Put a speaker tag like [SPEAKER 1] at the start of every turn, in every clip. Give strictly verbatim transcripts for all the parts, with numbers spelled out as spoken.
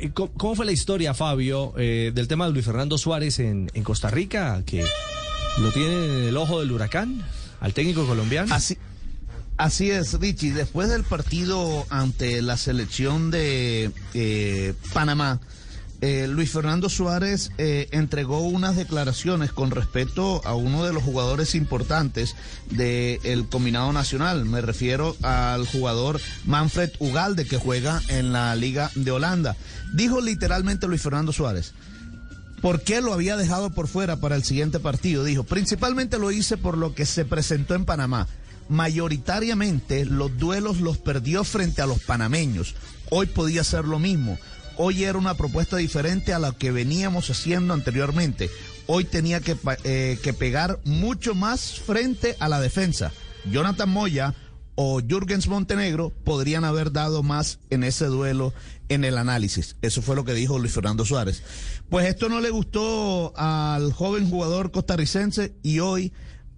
[SPEAKER 1] ¿cómo, cómo fue la historia, Fabio, eh, del tema de Luis Fernando Suárez en, en Costa Rica, que lo tiene en el ojo del huracán, al técnico colombiano?
[SPEAKER 2] Así, así es, Richie. Después del partido ante la selección de eh, Panamá, eh, Luis Fernando Suárez eh, entregó unas declaraciones con respecto a uno de los jugadores importantes del combinado nacional. Me refiero al jugador Manfred Ugalde, que juega en la Liga de Holanda. Dijo literalmente Luis Fernando Suárez: ¿por qué lo había dejado por fuera para el siguiente partido? Dijo: principalmente lo hice por lo que se presentó en Panamá. Mayoritariamente los duelos los perdió frente a los panameños. Hoy podía ser lo mismo. Hoy era una propuesta diferente a la que veníamos haciendo anteriormente. Hoy tenía que, eh, que pegar mucho más frente a la defensa. Jonathan Moya o Jürgens Montenegro podrían haber dado más en ese duelo en el análisis. Eso fue lo que dijo Luis Fernando Suárez. Pues esto no le gustó al joven jugador costarricense y hoy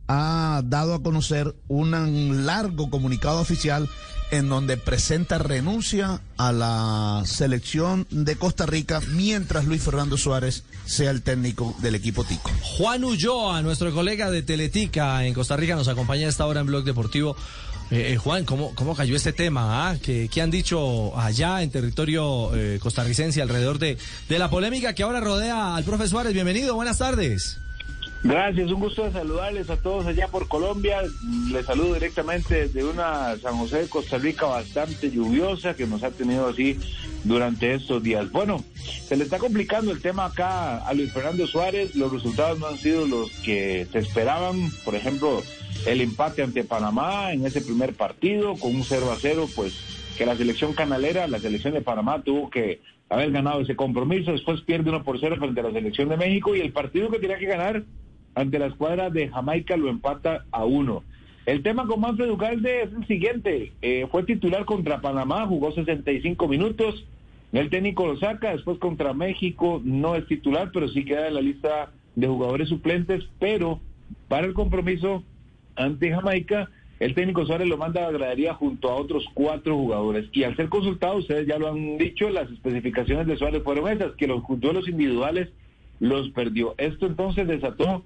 [SPEAKER 2] ha dado a conocer un largo comunicado oficial en donde presenta renuncia a la selección de Costa Rica mientras Luis Fernando Suárez sea el técnico del equipo tico.
[SPEAKER 1] Juan Ulloa, nuestro colega de Teletica en Costa Rica, nos acompaña a esta hora en Blog Deportivo. Eh, eh, Juan, ¿cómo, ¿cómo cayó este tema? ¿Ah? ¿Qué, ¿Qué han dicho allá en territorio eh, costarricense alrededor de, de la polémica que ahora rodea al profe Suárez? Bienvenido, buenas tardes.
[SPEAKER 3] Gracias, un gusto de saludarles a todos allá por Colombia. Les saludo directamente desde una San José de Costa Rica bastante lluviosa que nos ha tenido así durante estos días. Bueno, se le está complicando el tema acá a Luis Fernando Suárez. Los resultados no han sido los que se esperaban. Por ejemplo, el empate ante Panamá en ese primer partido con un cero a cero, pues que la selección canalera, la selección de Panamá tuvo que haber ganado ese compromiso. Después pierde uno por cero frente a la selección de México y el partido que tenía que ganar ante la escuadra de Jamaica lo empata a uno. El tema con Manfred Ugalde es el siguiente: eh, fue titular contra Panamá, jugó sesenta y cinco minutos, el técnico lo saca. Después contra México no es titular, pero sí queda en la lista de jugadores suplentes. Pero para el compromiso ante Jamaica, el técnico Suárez lo manda a la gradería junto a otros cuatro jugadores. Y al ser consultado, ustedes ya lo han dicho, las especificaciones de Suárez fueron esas, que los duelos individuales los perdió. Esto entonces desató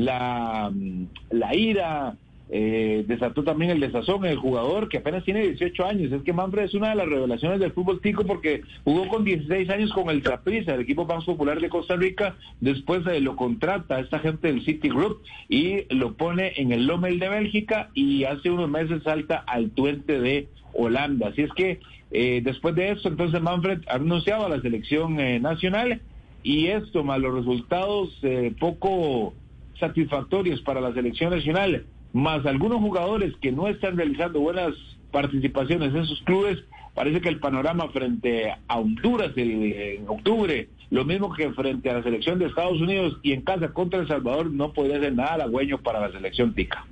[SPEAKER 3] la, la ira, eh, desató también el desazón en el jugador, que apenas tiene dieciocho años. Es que Manfred es una de las revelaciones del fútbol tico, porque jugó con dieciséis años con el Saprissa, el equipo más popular de Costa Rica. Después eh, lo contrata esta gente del City Group y lo pone en el Lommel de Bélgica, y hace unos meses salta al Twente de Holanda. Así es que eh, después de esto, entonces Manfred ha renunciado a la selección eh, nacional, y esto más los resultados eh, poco satisfactorios para la selección nacional, más algunos jugadores que no están realizando buenas participaciones en sus clubes, parece que el panorama frente a Honduras el, en octubre, lo mismo que frente a la selección de Estados Unidos y en casa contra El Salvador, no podría ser nada halagüeño para la selección tica.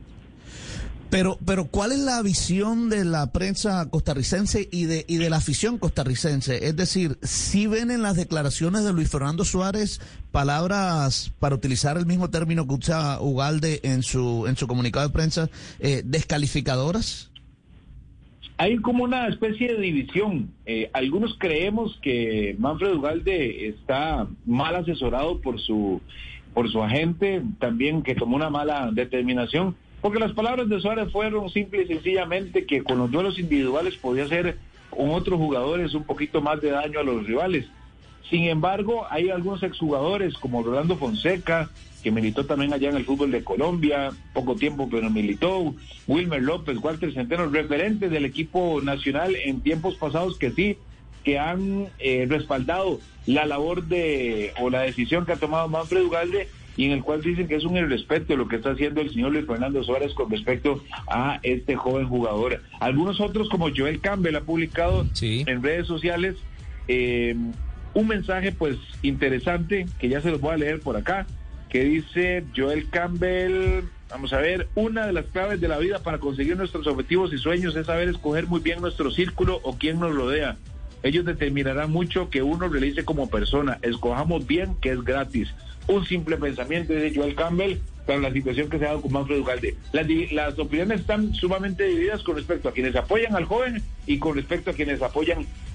[SPEAKER 2] Pero, pero ¿cuál es la visión de la prensa costarricense y de y de la afición costarricense? Es decir, ¿sí ven en las declaraciones de Luis Fernando Suárez palabras, para utilizar el mismo término que usa Ugalde en su en su comunicado de prensa, eh, descalificadoras?
[SPEAKER 3] Hay como una especie de división. Eh, algunos creemos que Manfred Ugalde está mal asesorado por su por su agente, también que tomó una mala determinación. Porque las palabras de Suárez fueron simple y sencillamente que con los duelos individuales podía hacer con otros jugadores un poquito más de daño a los rivales. Sin embargo, hay algunos exjugadores como Rolando Fonseca, que militó también allá en el fútbol de Colombia, poco tiempo pero militó, Wilmer López, Walter Centeno, referentes del equipo nacional en tiempos pasados, que sí, que han eh, respaldado la labor de o la decisión que ha tomado Manfred Ugalde, y en el cual dicen que es un irrespeto lo que está haciendo el señor Luis Fernando Suárez con respecto a este joven jugador. Algunos otros, como Joel Campbell, ha publicado sí. en redes sociales eh, un mensaje pues interesante, que ya se los voy a leer por acá, que dice Joel Campbell: vamos a ver, una de las claves de la vida para conseguir nuestros objetivos y sueños es saber escoger muy bien nuestro círculo o quien nos rodea. Ellos determinarán mucho que uno realice como persona. Escojamos bien, que es gratis. Un simple pensamiento, dice Joel Campbell, para la situación que se ha dado con Manfred Ugalde. Las, las opiniones están sumamente divididas con respecto a quienes apoyan al joven y con respecto a quienes apoyan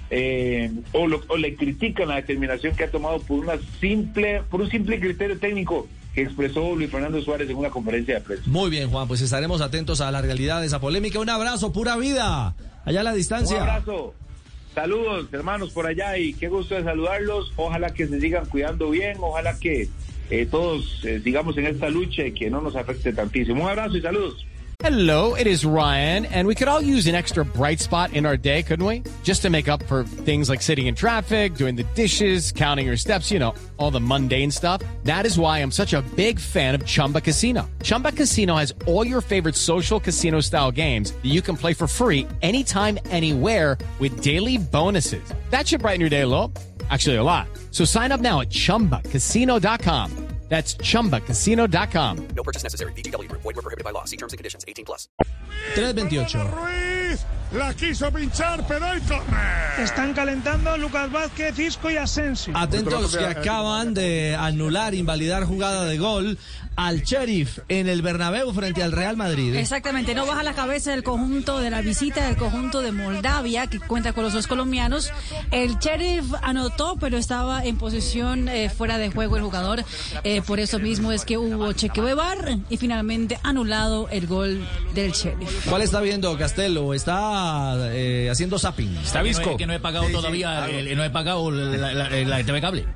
[SPEAKER 3] eh, o, lo, o le critican la determinación que ha tomado por una simple, por un simple criterio técnico que expresó Luis Fernando Suárez en una conferencia de prensa.
[SPEAKER 1] Muy bien, Juan, pues estaremos atentos a la realidad de esa polémica. Un abrazo, pura vida, allá a la distancia.
[SPEAKER 3] Un abrazo, saludos hermanos por allá y qué gusto de saludarlos. Ojalá que se sigan cuidando bien, ojalá que eh, todos eh, sigamos en esta lucha y que no nos afecte tantísimo. Un abrazo y saludos.
[SPEAKER 4] Hello, it is Ryan, and we could all use an extra bright spot in our day, couldn't we? Just to make up for things like sitting in traffic, doing the dishes, counting your steps, you know, all the mundane stuff. That is why I'm such a big fan of Chumba Casino. Chumba Casino has all your favorite social casino-style games that you can play for free anytime, anywhere with daily bonuses. That should brighten your day a little. Actually, a lot. So sign up now at chumba casino dot com. That's chumba casino dot com.
[SPEAKER 5] No purchase necessary. V G W Group. Void where prohibited by law. See terms and conditions. eighteen plus.
[SPEAKER 1] tres veintiocho.
[SPEAKER 6] Ruiz la quiso pinchar, pero hay córner.
[SPEAKER 7] Están calentando Lucas Vázquez, Isco y Asensio.
[SPEAKER 1] Atentos que acaban de anular, invalidar jugada de gol al Sheriff en el Bernabéu frente al Real Madrid.
[SPEAKER 8] Exactamente, no baja la cabeza del conjunto de la visita del conjunto de Moldavia, que cuenta con los dos colombianos. El Sheriff anotó, pero estaba en posición eh, fuera de juego el jugador. Eh, por eso mismo es que hubo chequeo de V A R y finalmente anulado el gol del Sheriff.
[SPEAKER 1] ¿Cuál está viendo Castelo? ¿Está eh, haciendo zapping?
[SPEAKER 9] ¿Está visco? Que no he pagado sí, todavía, sí, el, no he pagado la, la, la, la T V Cable.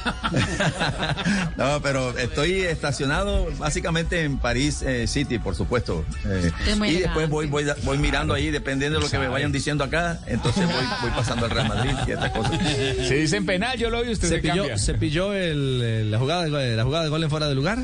[SPEAKER 10] No, pero estoy estacionado básicamente en París eh, City, por supuesto. Eh, y después voy, voy voy mirando ahí, dependiendo de lo que me vayan diciendo acá, entonces voy, voy pasando al Real Madrid y estas cosas.
[SPEAKER 9] Si dicen penal, yo lo oí, usted se, se
[SPEAKER 1] pilló,
[SPEAKER 9] cambia.
[SPEAKER 1] ¿Se pilló el, el, la, jugada de, la jugada de gol en fuera de lugar?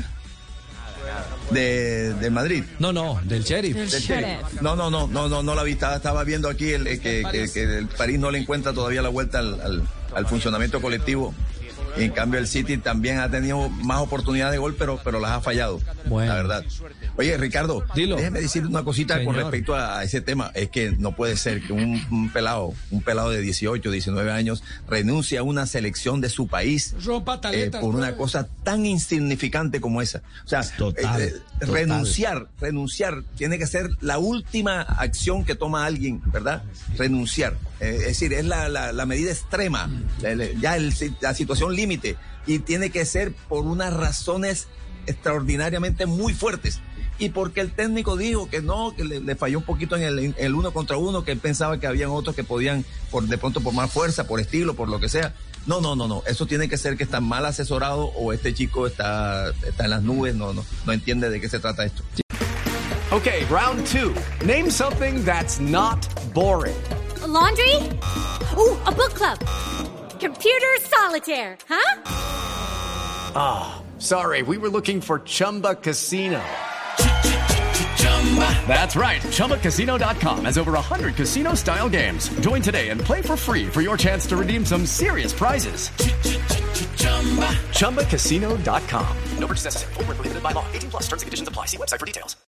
[SPEAKER 10] De, del Madrid.
[SPEAKER 1] No, no, del Sheriff.
[SPEAKER 8] Del
[SPEAKER 10] del
[SPEAKER 8] Sheriff.
[SPEAKER 10] Sheriff. No, no, no, no, no, no la vi. Estaba, estaba viendo aquí el, el, que, que, que el París no le encuentra todavía la vuelta al, al, al funcionamiento colectivo. Y en cambio el City también ha tenido más oportunidades de gol, pero, pero las ha fallado, bueno. La verdad. Oye, Ricardo, Dilo. déjeme decir una cosita Señor. con respecto a, a ese tema. Es que no puede ser que un, un pelado, un pelado de dieciocho, diecinueve años renuncie a una selección de su país eh, por una cosa tan insignificante como esa. O sea,
[SPEAKER 1] total,
[SPEAKER 10] eh, eh, total. renunciar, renunciar tiene que ser la última acción que toma alguien, ¿verdad? Renunciar. Eh, es decir, es la, la, la medida extrema, la, la, ya el, la situación límite, y tiene que ser por unas razones extraordinariamente muy fuertes. Y porque el técnico dijo que no, que le, le falló un poquito en el, en el uno contra uno, que él pensaba que habían otros que podían, por de pronto por más fuerza, por estilo, por lo que sea. No, no, no, no. Eso tiene que ser que está mal asesorado o este chico está, está en las nubes, no, no, no entiende de qué se trata esto.
[SPEAKER 5] Okay, round two. Name something that's not boring.
[SPEAKER 11] A laundry? Ooh, a book club. Computer solitaire, huh?
[SPEAKER 5] Ah, oh, sorry. We were looking for Chumba Casino. That's right. Chumba Casino dot com has over one hundred casino-style games. Join today and play for free for your chance to redeem some serious prizes. Chumba Casino dot com. No purchase necessary. Void where prohibited by law. eighteen plus terms and conditions apply. See website for details.